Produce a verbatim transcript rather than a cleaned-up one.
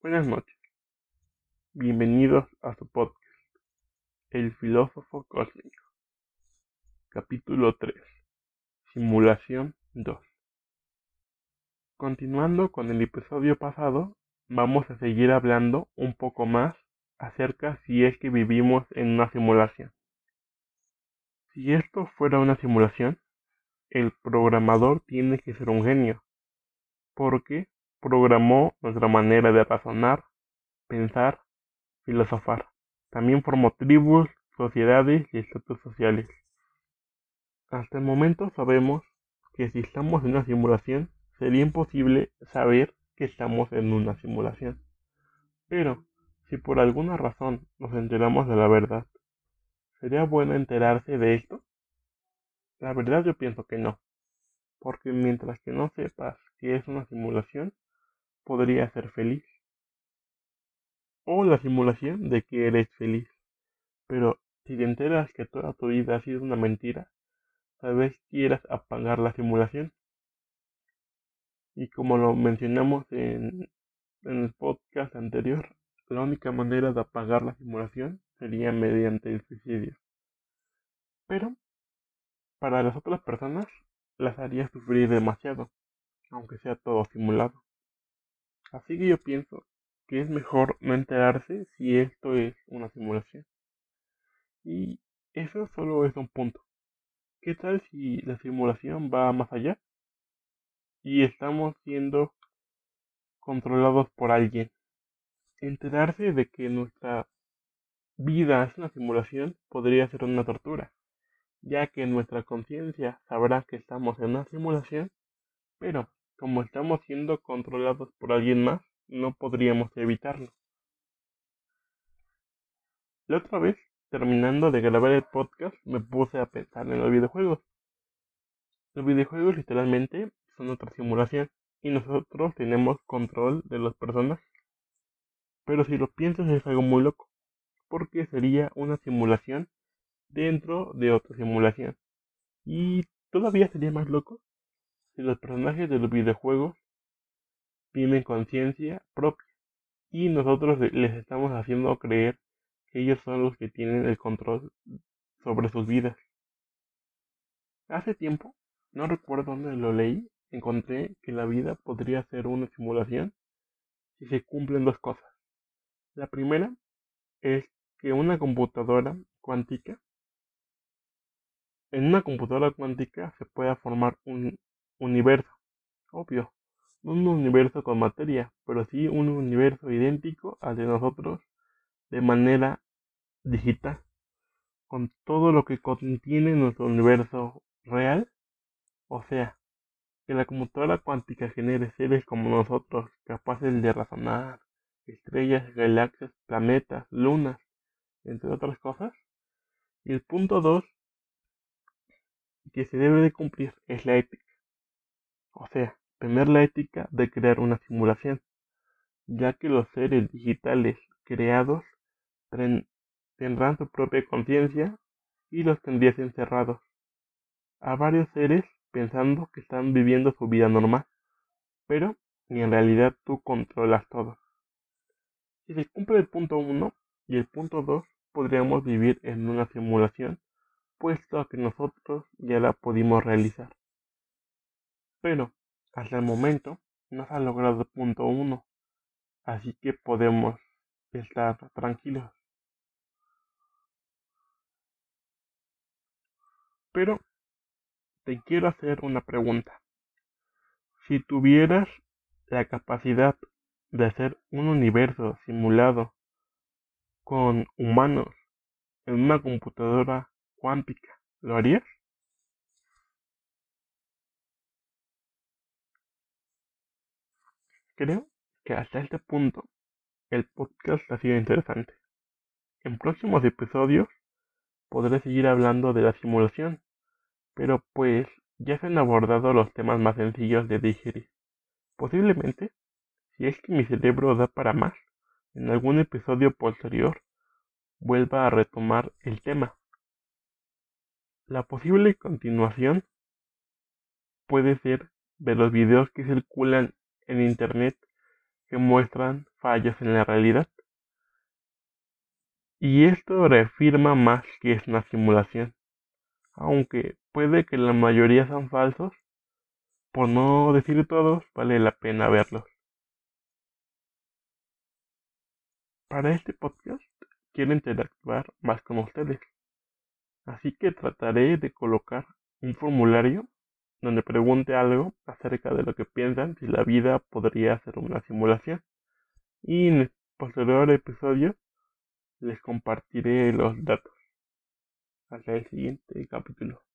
Buenas noches, bienvenidos a su podcast, El Filósofo Cósmico, capítulo tres, Simulación dos. Continuando con el episodio pasado, vamos a seguir hablando un poco más acerca si es que vivimos en una simulación. Si esto fuera una simulación, el programador tiene que ser un genio, porque programó nuestra manera de razonar, pensar, filosofar. También formó tribus, sociedades y estatus sociales. Hasta el momento sabemos que si estamos en una simulación, sería imposible saber que estamos en una simulación. Pero, si por alguna razón nos enteramos de la verdad, ¿sería bueno enterarse de esto? La verdad yo pienso que no, porque mientras que no sepas que es una simulación, podrías ser feliz. O la simulación de que eres feliz. Pero si te enteras que toda tu vida ha sido una mentira, tal vez quieras apagar la simulación. Y como lo mencionamos en, en el podcast anterior, la única manera de apagar la simulación sería mediante el suicidio. Pero para las otras personas las haría sufrir demasiado, aunque sea todo simulado. Así que yo pienso que es mejor no enterarse si esto es una simulación. Y eso solo es un punto. ¿Qué tal si la simulación va más allá y estamos siendo controlados por alguien? Enterarse de que nuestra vida es una simulación podría ser una tortura, ya que nuestra conciencia sabrá que estamos en una simulación, pero como estamos siendo controlados por alguien más, no podríamos evitarlo. La otra vez, terminando de grabar el podcast, me puse a pensar en los videojuegos. Los videojuegos literalmente son otra simulación, y nosotros tenemos control de las personas, pero si lo piensas es algo muy loco, porque sería una simulación dentro de otra simulación. Y todavía sería más loco si los personajes de los videojuegos tienen conciencia propia y nosotros les estamos haciendo creer que ellos son los que tienen el control sobre sus vidas. Hace tiempo, no recuerdo dónde lo leí, encontré que la vida podría ser una simulación si se cumplen dos cosas. La primera es que una computadora cuántica, en una computadora cuántica se pueda formar un universo, obvio, no un universo con materia, pero sí un universo idéntico al de nosotros de manera digital, con todo lo que contiene nuestro universo real, o sea, que la computadora cuántica genere seres como nosotros, capaces de razonar, estrellas, galaxias, planetas, lunas, entre otras cosas. Y el punto dos que se debe de cumplir es la ética, o sea, tener la ética de crear una simulación, ya que los seres digitales creados tendrán su propia conciencia y los tendrías encerrados a varios seres pensando que están viviendo su vida normal, pero ni en realidad tú controlas todo. Si se cumple el punto uno y el punto dos, podríamos vivir en una simulación, puesto a que nosotros ya la pudimos realizar. Pero hasta el momento no se ha logrado el punto uno, así que podemos estar tranquilos. Pero te quiero hacer una pregunta. Si tuvieras la capacidad de hacer un universo simulado con humanos en una computadora cuántica, ¿lo harías? Creo que hasta este punto el podcast ha sido interesante. En próximos episodios podré seguir hablando de la simulación, pero pues ya se han abordado los temas más sencillos de digerir. Posiblemente, si es que mi cerebro da para más, en algún episodio posterior vuelva a retomar el tema. La posible continuación puede ser de los videos que circulan en internet que muestran fallos en la realidad. Y esto reafirma más que es una simulación, aunque puede que la mayoría sean falsos, por no decir todos, vale la pena verlos. Para este podcast quiero interactuar más con ustedes, así que trataré de colocar un formulario donde pregunte algo acerca de lo que piensan si la vida podría ser una simulación. Y en el posterior episodio les compartiré los datos. Hasta el siguiente capítulo.